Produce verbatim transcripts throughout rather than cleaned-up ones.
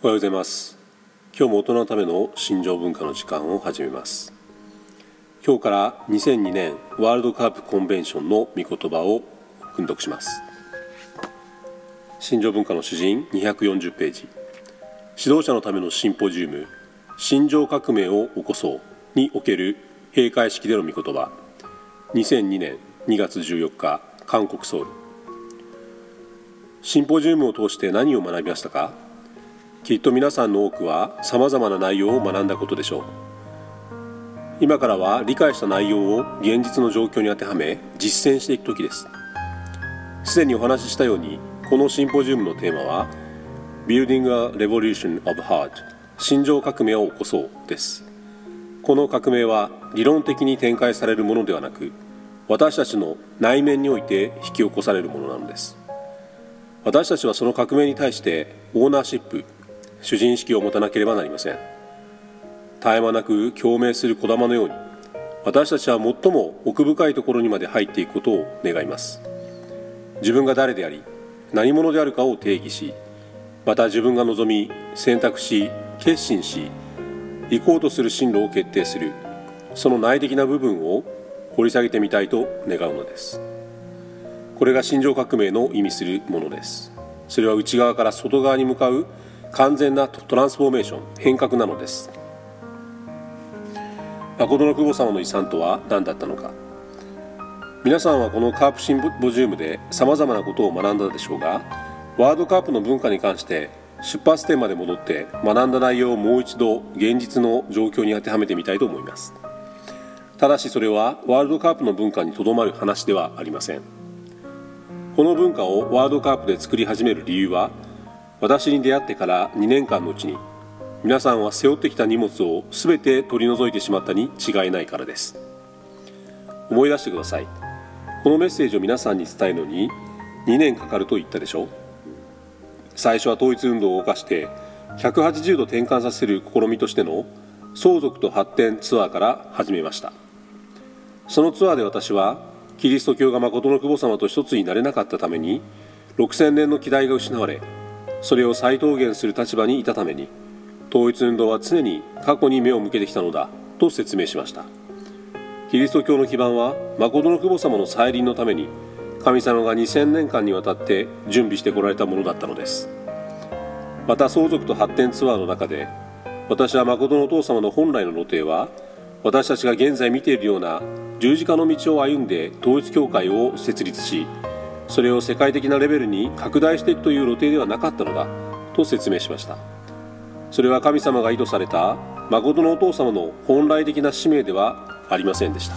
おはようございます。今日も大人のための心情文化の時間を始めます。今日からにせんにねんワールドカープコンベンションの御言葉を訓読します。心情文化の主人にひゃくよんじゅっページ、指導者のためのシンポジウム、心情革命を起こそうにおける閉会式での御言葉、にせんにねんにがつじゅうよっか、韓国ソウル。シンポジウムを通して何を学びましたか？きっと皆さんの多くはさまざまな内容を学んだことでしょう。今からは理解した内容を現実の状況に当てはめ実践していく時です。すでにお話ししたように、このシンポジウムのテーマは Building a Revolution of Heart 心情革命を起こそうです。この革命は理論的に展開されるものではなく、私たちの内面において引き起こされるものなのです。私たちはその革命に対してオーナーシップ、主人意識を持たなければなりません。絶え間なく共鳴する小玉のように、私たちは最も奥深いところにまで入っていくことを願います。自分が誰であり、何者であるかを定義し、また自分が望み、選択し、決心し、行こうとする進路を決定する、その内的な部分を掘り下げてみたいと願うのです。これが心情革命の意味するものです。それは内側から外側に向かう完全なトランスフォーメーション、変革なのです。誠の久保様の遺産とは何だったのか。皆さんはこのカープシンポジウムでさまざまなことを学んだでしょうが、ワールドカープの文化に関して出発点まで戻って学んだ内容をもう一度現実の状況に当てはめてみたいと思います。ただしそれはワールドカープの文化にとどまる話ではありません。この文化をワールドカープで作り始める理由は、私に出会ってからにねんかんのうちに皆さんは背負ってきた荷物を全て取り除いてしまったに違いないからです。思い出してください。このメッセージを皆さんに伝えるのににねんかかると言ったでしょう。最初は統一運動を動かしてひゃくはちじゅうど転換させる試みとしての相続と発展ツアーから始めました。そのツアーで私はキリスト教が誠の久保様と一つになれなかったためにろくせんねんの期待が失われ、それを再討言する立場にいたために、統一運動は常に過去に目を向けてきたのだと説明しました。キリスト教の基盤は誠の久保様の再臨のために神様がにせんねんかんにわたって準備してこられたものだったのです。また相続と発展ツアーの中で、私は誠のお父様の本来の露呈は、私たちが現在見ているような十字架の道を歩んで統一教会を設立し、それを世界的なレベルに拡大していくという露呈ではなかったのだと説明しました。それは神様が意図された誠のお父様の本来的な使命ではありませんでした。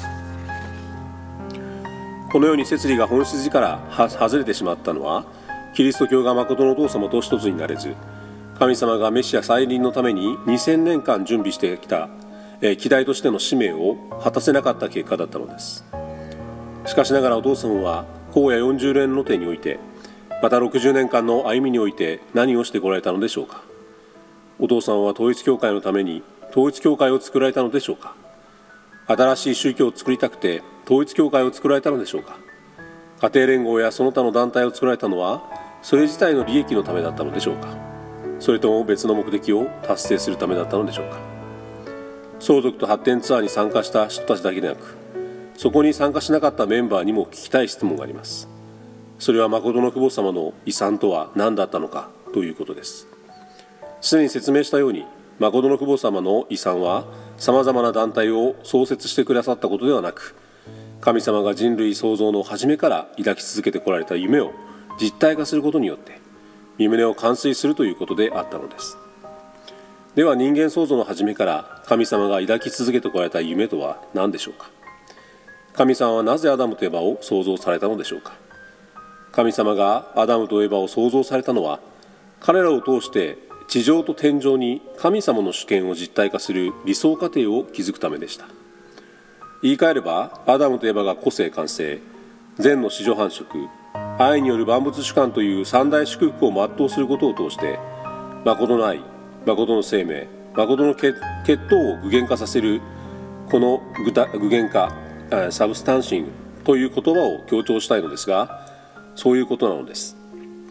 このように摂理が本筋から外れてしまったのは、キリスト教が誠のお父様と一つになれず、神様がメシア再臨のためににせんねんかん準備してきた希代としての使命を果たせなかった結果だったのです。しかしながらお父様は荒野よんじゅうねんの手において、またろくじゅうねんかんの歩みにおいて何をしてこられたのでしょうか。お父様は統一教会のために統一教会を作られたのでしょうか。新しい宗教を作りたくて統一教会を作られたのでしょうか。家庭連合やその他の団体を作られたのはそれ自体の利益のためだったのでしょうか。それとも別の目的を達成するためだったのでしょうか。相続と発展ツアーに参加した人たちだけでなく、そこに参加しなかったメンバーにも聞きたい質問があります。それは誠の久保様の遺産とは何だったのかということです。すでに説明したように、誠の久保様の遺産はさまざまな団体を創設してくださったことではなく、神様が人類創造の初めから抱き続けてこられた夢を実体化することによって身胸を完遂するということであったのです。では人間創造の初めから神様が抱き続けてこられた夢とは何でしょうか。神様はなぜアダムとエバを創造されたのでしょうか。神様がアダムとエバを創造されたのは、彼らを通して地上と天上に神様の主権を実体化する理想過程を築くためでした。言い換えれば、アダムとエバが個性完成、善の子女繁殖、愛による万物主観という三大祝福を全うすることを通して、誠の愛、誠の生命、誠の血統を具現化させる、この具現化、サブスタンシングという言葉を強調したいのですが、そういうことなのです。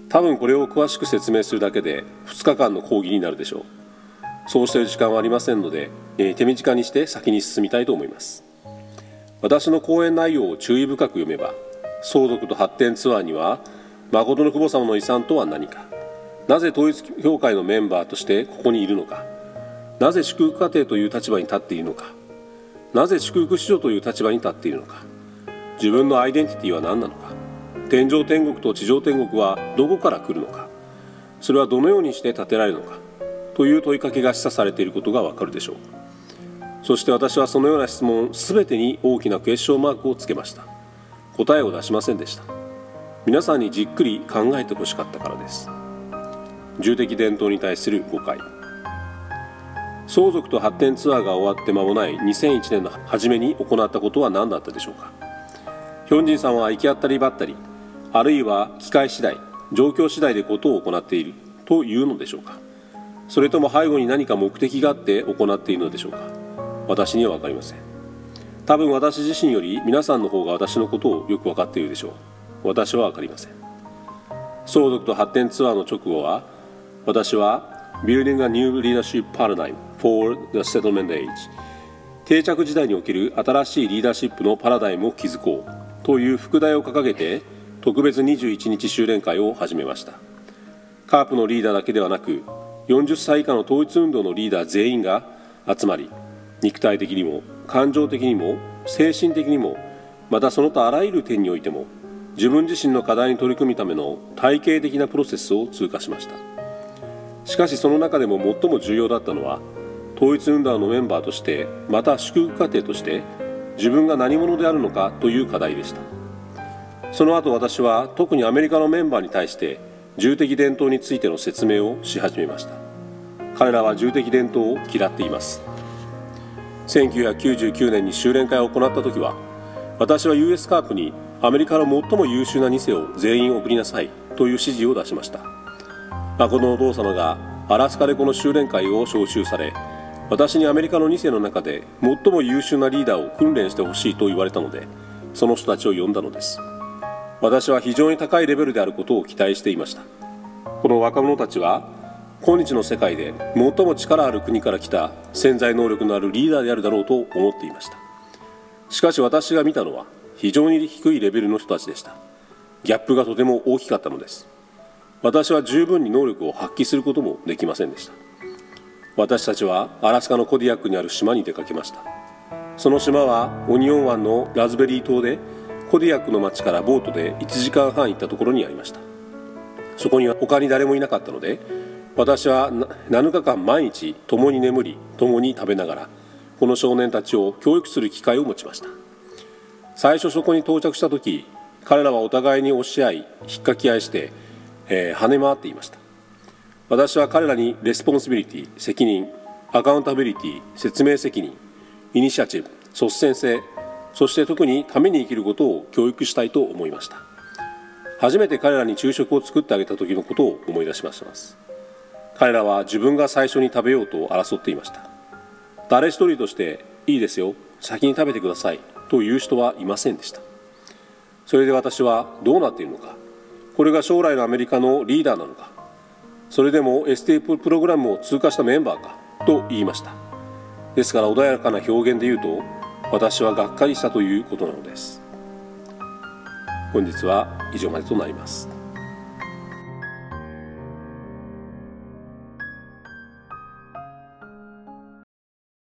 多分これを詳しく説明するだけでふつかかんの講義になるでしょう。そうしている時間はありませんので、えー、手短にして先に進みたいと思います。私の講演内容を注意深く読めば、相続と発展ツアーには誠の父母様の遺産とは何か、なぜ統一教会のメンバーとしてここにいるのか、なぜ祝福家庭という立場に立っているのか、なぜ祝福子女という立場に立っているのか、自分のアイデンティティは何なのか、天上天国と地上天国はどこから来るのか、それはどのようにして建てられるのかという問いかけが示唆されていることがわかるでしょう。そして私はそのような質問すべてに大きなクエスチョンマークをつけました。答えを出しませんでした。皆さんにじっくり考えてほしかったからです。重的伝統に対する誤解。相続と発展ツアーが終わって間もないにせんいちねんの初めに行ったことは何だったでしょうか。ヒョンジンさんは行き当たりばったり、あるいは機会次第、状況次第でことを行っているというのでしょうか。それとも背後に何か目的があって行っているのでしょうか。私には分かりません。多分私自身より皆さんの方が私のことをよく分かっているでしょう。私は分かりません。相続と発展ツアーの直後は、私は Building a New Leadership Paradigm for the Settlement Age、 定着時代における新しいリーダーシップのパラダイムを築こうという副題を掲げて特別にじゅういちにち修練会を始めました。カープのリーダーだけではなく、よんじゅっさい以下の統一運動のリーダー全員が集まり、肉体的にも感情的にも精神的にも、またその他あらゆる点においても自分自身の課題に取り組むための体系的なプロセスを通過しました。しかしその中でも最も重要だったのは、統一運動のメンバーとして、また祝福家庭として自分が何者であるのかという課題でした。その後私は特にアメリカのメンバーに対して重的伝統についての説明をし始めました。彼らは重的伝統を嫌っています。せんきゅうひゃくきゅうじゅうきゅうねんに修練会を行った時は、私は ユーエス カープにアメリカの最も優秀なにせを全員送りなさいという指示を出しました。誠のお父様がアラスカでこの修練会を招集され、私にアメリカのにせの中で最も優秀なリーダーを訓練してほしいと言われたので、その人たちを呼んだのです。私は非常に高いレベルであることを期待していました。この若者たちは今日の世界で最も力ある国から来た潜在能力のあるリーダーであるだろうと思っていました。しかし私が見たのは非常に低いレベルの人たちでした。ギャップがとても大きかったのです。私は十分に能力を発揮することもできませんでした。私たちはアラスカのコディアックにある島に出かけました。その島はオニオン湾のラズベリー島で、コディアックの町からボートでいちじかんはん行ったところにありました。そこには他に誰もいなかったので、私はなのかかん毎日共に眠り共に食べながらこの少年たちを教育する機会を持ちました。最初そこに到着した時、彼らはお互いに押し合い引っかき合いして、えー、跳ね回っていました。私は彼らにレスポンシビリティ、責任、アカウンタビリティ、説明責任、イニシアチブ、率先性、そして特にために生きることを教育したいと思いました。初めて彼らに昼食を作ってあげた時のことを思い出しました。彼らは自分が最初に食べようと争っていました。誰一人としていいですよ、先に食べてくださいという人はいませんでした。それで私はどうなっているのか、これが将来のアメリカのリーダーなのか、それでも エスティー プログラムを通過したメンバーかと言いました。ですから穏やかな表現で言うと、私はがっかりしたということなのです。本日は以上までとなります。